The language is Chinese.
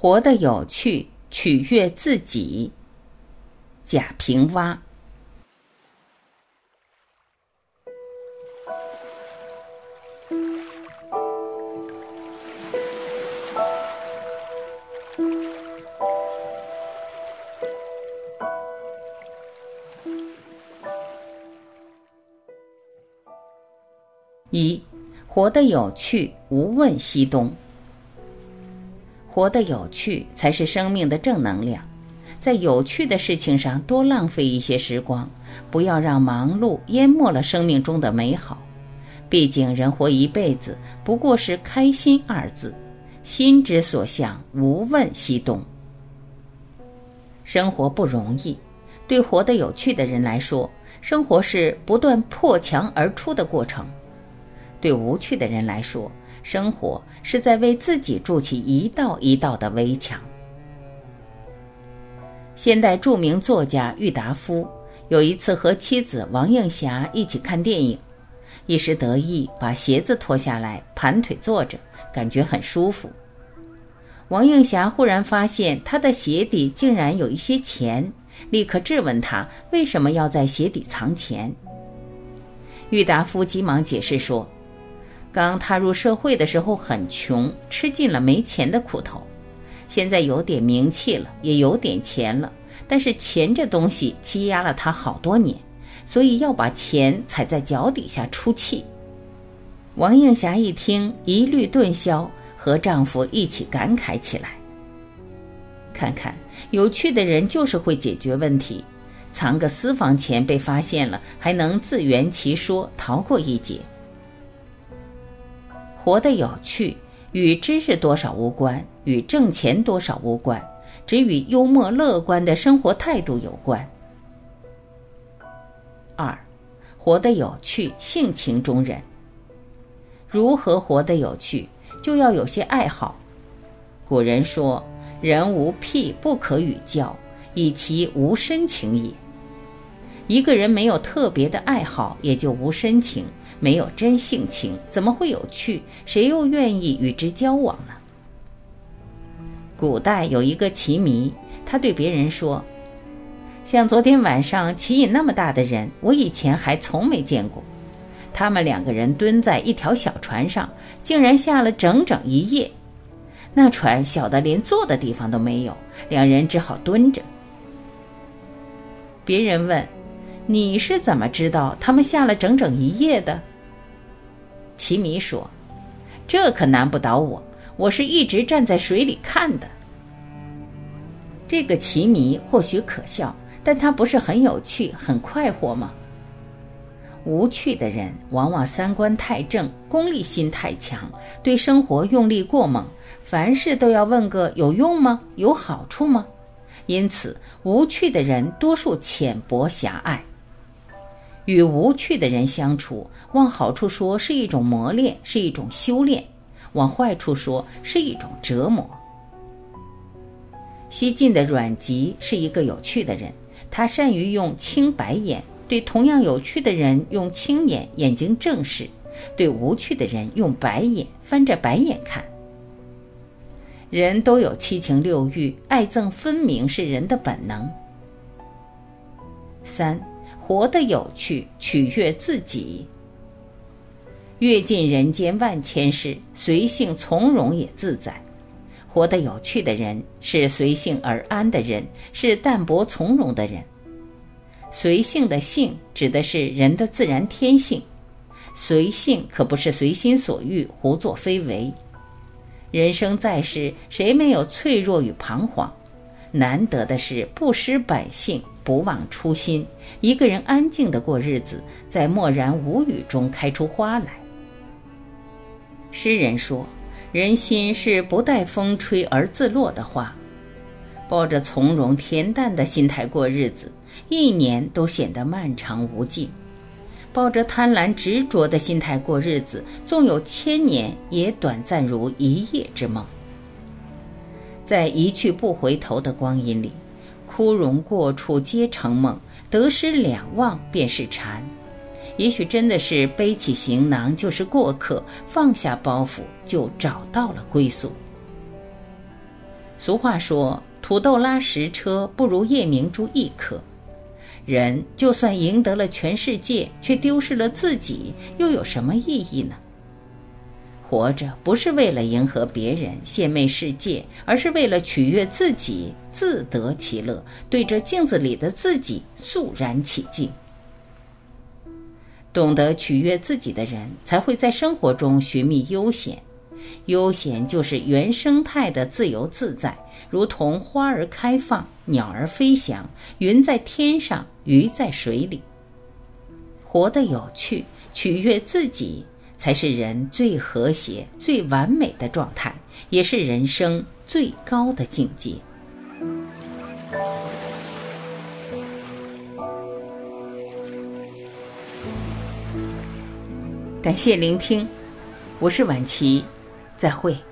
活得有趣，取悦自己。贾平凹。一，活得有趣，无问西东。活得有趣才是生命的正能量，在有趣的事情上多浪费一些时光，不要让忙碌淹没了生命中的美好。毕竟人活一辈子不过是开心二字，心之所向，无问西东。生活不容易，对活得有趣的人来说，生活是不断破墙而出的过程；对无趣的人来说，生活是在为自己筑起一道一道的围墙。现代著名作家郁达夫有一次和妻子王映霞一起看电影，一时得意把鞋子脱下来盘腿坐着，感觉很舒服。王映霞忽然发现他的鞋底竟然有一些钱，立刻质问他为什么要在鞋底藏钱。郁达夫急忙解释说，刚踏入社会的时候很穷，吃尽了没钱的苦头，现在有点名气了，也有点钱了，但是钱这东西欺压了他好多年，所以要把钱踩在脚底下出气。王映霞一听，疑虑顿消，和丈夫一起感慨起来。看看，有趣的人就是会解决问题，藏个私房钱被发现了，还能自圆其说，逃过一劫。活得有趣，与知识多少无关，与挣钱多少无关，只与幽默乐观的生活态度有关。二，活得有趣，性情中人。如何活得有趣，就要有些爱好。古人说，人无癖不可与交，以其无深情也。一个人没有特别的爱好，也就无深情，没有真性情，怎么会有趣？谁又愿意与之交往呢？古代有一个棋迷，他对别人说，像昨天晚上棋瘾那么大的人，我以前还从没见过。他们两个人蹲在一条小船上，竟然下了整整一夜。那船小的连坐的地方都没有，两人只好蹲着。别人问，你是怎么知道他们下了整整一夜的？棋迷说，这可难不倒我，我是一直站在水里看的。这个棋迷或许可笑，但他不是很有趣，很快活吗？无趣的人往往三观太正，功利心太强，对生活用力过猛，凡事都要问个有用吗？有好处吗？因此无趣的人多数浅薄狭隘。与无趣的人相处，往好处说是一种磨练，是一种修炼；往坏处说是一种折磨。西晋的阮籍是一个有趣的人，他善于用青白眼，对同样有趣的人用青眼，眼睛正视；对无趣的人用白眼，翻着白眼看。人都有七情六欲，爱憎分明是人的本能。三，活得有趣，取悦自己。阅尽人间万千事，随性从容也自在。活得有趣的人是随性而安的人，是淡泊从容的人。随性的性指的是人的自然天性，随性可不是随心所欲，胡作非为。人生在世，谁没有脆弱与彷徨？难得的是不失本性，不忘初心，一个人安静地过日子，在默然无语中开出花来。诗人说，人心是不待风吹而自落的花。抱着从容恬淡的心态过日子，一年都显得漫长无尽；抱着贪婪执着的心态过日子，纵有1000年，也短暂如一夜之梦。在一去不回头的光阴里，枯荣过处皆成梦，得失两忘便是禅。也许真的是背起行囊就是过客，放下包袱就找到了归宿。 俗话说，土豆拉10车，不如夜明珠1颗。人就算赢得了全世界，却丢失了自己，又有什么意义呢？活着不是为了迎合别人、献媚世界，而是为了取悦自己，自得其乐，对着镜子里的自己肃然起敬。懂得取悦自己的人，才会在生活中寻觅悠闲。悠闲就是原生态的自由自在，如同花儿开放，鸟儿飞翔，云在天上，鱼在水里。活得有趣，取悦自己，才是人最和谐、最完美的状态，也是人生最高的境界。感谢聆听，我是婉琪，再会。